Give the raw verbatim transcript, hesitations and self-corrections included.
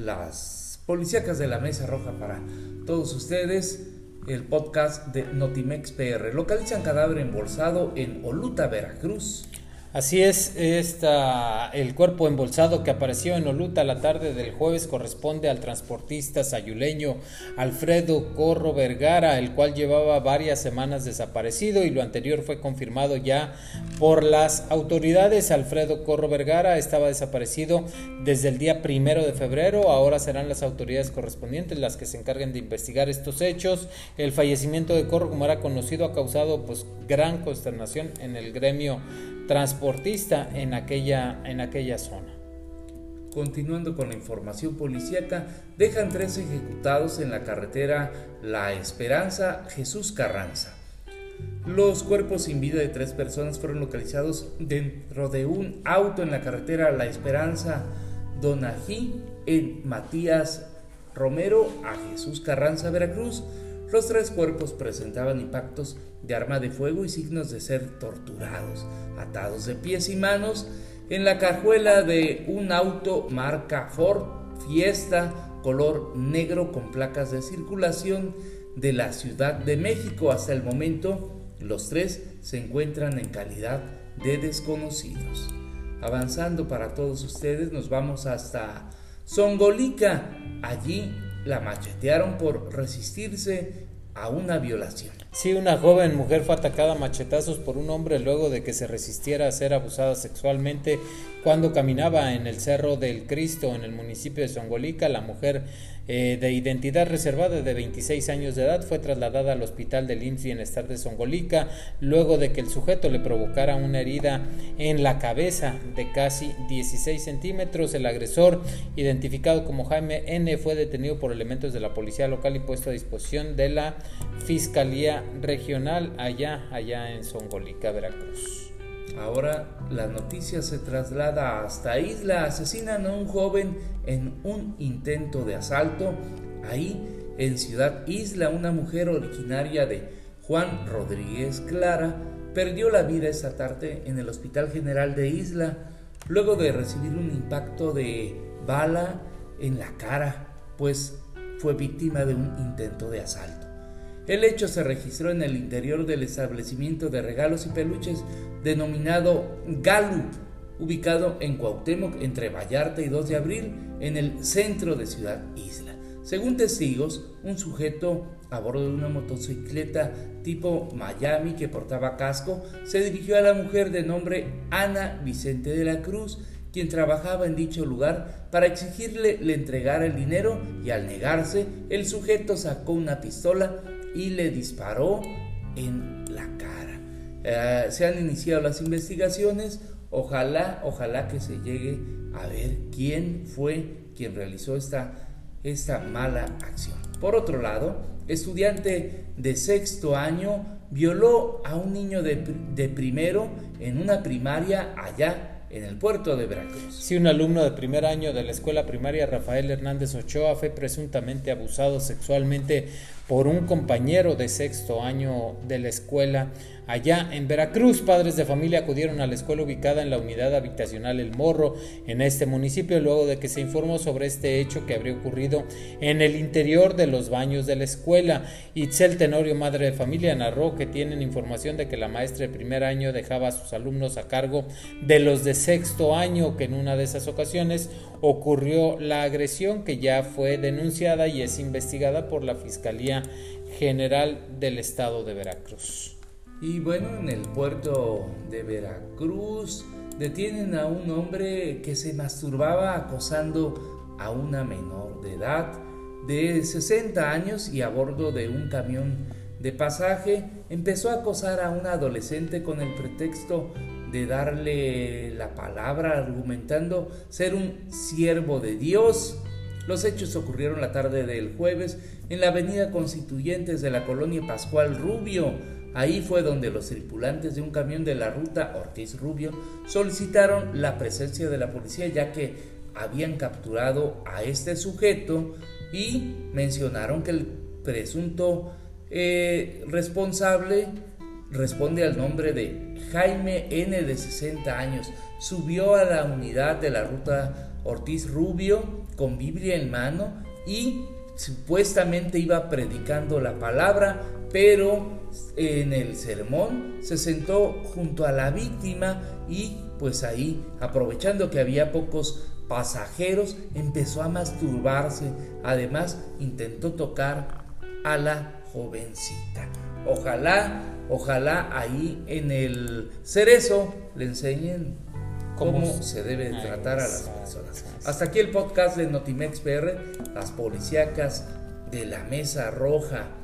las policíacas de la Mesa Roja para todos ustedes. El podcast de Notimex P R. Localizan cadáver embolsado en Oluta, Veracruz. Así es, esta, el cuerpo embolsado que apareció en Oluta la tarde del jueves corresponde al transportista sayuleño Alfredo Corro Vergara, el cual llevaba varias semanas desaparecido y lo anterior fue confirmado ya por las autoridades. Alfredo Corro Vergara estaba desaparecido desde el día primero de febrero, ahora serán las autoridades correspondientes las que se encarguen de investigar estos hechos. El fallecimiento de Corro, como era conocido, ha causado pues gran consternación en el gremio transportista en aquella, en aquella zona. Continuando con la información policíaca, dejan tres ejecutados en la carretera La Esperanza Jesús Carranza. Los cuerpos sin vida de tres personas fueron localizados dentro de un auto en la carretera La Esperanza Donají en Matías Romero a Jesús Carranza, Veracruz. Los tres cuerpos presentaban impactos de arma de fuego y signos de ser torturados, atados de pies y manos en la cajuela de un auto marca Ford Fiesta color negro con placas de circulación de la Ciudad de México. Hasta el momento, los tres se encuentran en calidad de desconocidos. Avanzando para todos ustedes, nos vamos hasta Zongolica. Allí la machetearon por resistirse a una violación. Sí, una joven mujer fue atacada a machetazos por un hombre luego de que se resistiera a ser abusada sexualmente cuando caminaba en el Cerro del Cristo en el municipio de Zongolica. La mujer eh, de identidad reservada de veintiséis años de edad fue trasladada al hospital del I M S S Bienestar de Zongolica luego de que el sujeto le provocara una herida en la cabeza de casi dieciséis centímetros. El agresor, identificado como Jaime N., fue detenido por elementos de la policía local y puesto a disposición de la Fiscalía Regional allá, allá en Zongolica, Veracruz. Ahora la noticia se traslada hasta Isla. Asesinan a un joven en un intento de asalto. Ahí en Ciudad Isla, una mujer originaria de Juan Rodríguez Clara perdió la vida esta tarde en el Hospital General de Isla luego de recibir un impacto de bala en la cara, pues fue víctima de un intento de asalto. El hecho se registró en el interior del establecimiento de regalos y peluches denominado Galu, ubicado en Cuauhtémoc entre Vallarta y dos de abril, en el centro de Ciudad Isla. Según testigos, un sujeto a bordo de una motocicleta tipo Miami que portaba casco se dirigió a la mujer de nombre Ana Vicente de la Cruz, quien trabajaba en dicho lugar, para exigirle le entregara el dinero, y al negarse, el sujeto sacó una pistola y le disparó en la cara. Eh, se han iniciado las investigaciones. Ojalá, ojalá que se llegue a ver quién fue quien realizó esta, esta mala acción. Por otro lado, estudiante de sexto año violó a un niño de, de primero en una primaria allá en el puerto de Veracruz. Sí, un alumno de primer año de la escuela primaria Rafael Hernández Ochoa fue presuntamente abusado sexualmente por un compañero de sexto año de la escuela allá en Veracruz. Padres de familia acudieron a la escuela ubicada en la unidad habitacional El Morro en este municipio luego de que se informó sobre este hecho que habría ocurrido en el interior de los baños de la escuela. Itzel Tenorio, madre de familia, narró que tienen información de que la maestra de primer año dejaba a sus alumnos a cargo de los de sexto año, que en una de esas ocasiones ocurrió la agresión, que ya fue denunciada y es investigada por la Fiscalía General del Estado de Veracruz. Y bueno, en el puerto de Veracruz detienen a un hombre que se masturbaba acosando a una menor de edad de sesenta años y a bordo de un camión de pasaje empezó a acosar a una adolescente con el pretexto de darle la palabra, argumentando ser un siervo de Dios. Los hechos ocurrieron la tarde del jueves en la avenida Constituyentes de la colonia Pascual Rubio. Ahí fue donde los tripulantes de un camión de la ruta Ortiz Rubio solicitaron la presencia de la policía, ya que habían capturado a este sujeto, y mencionaron que el presunto eh, responsable responde al nombre de Jaime N., de sesenta años. Subió a la unidad de la ruta Ortiz Rubio con Biblia en mano y supuestamente iba predicando la palabra, pero en el sermón se sentó junto a la víctima y pues ahí, aprovechando que había pocos pasajeros, empezó a masturbarse. Además, intentó tocar a la jovencita. Ojalá, ojalá ahí en el Cerezo le enseñen cómo, cómo se debe tratar a las personas. Hasta aquí el podcast de Notimex P R, las policíacas de la Mesa Roja.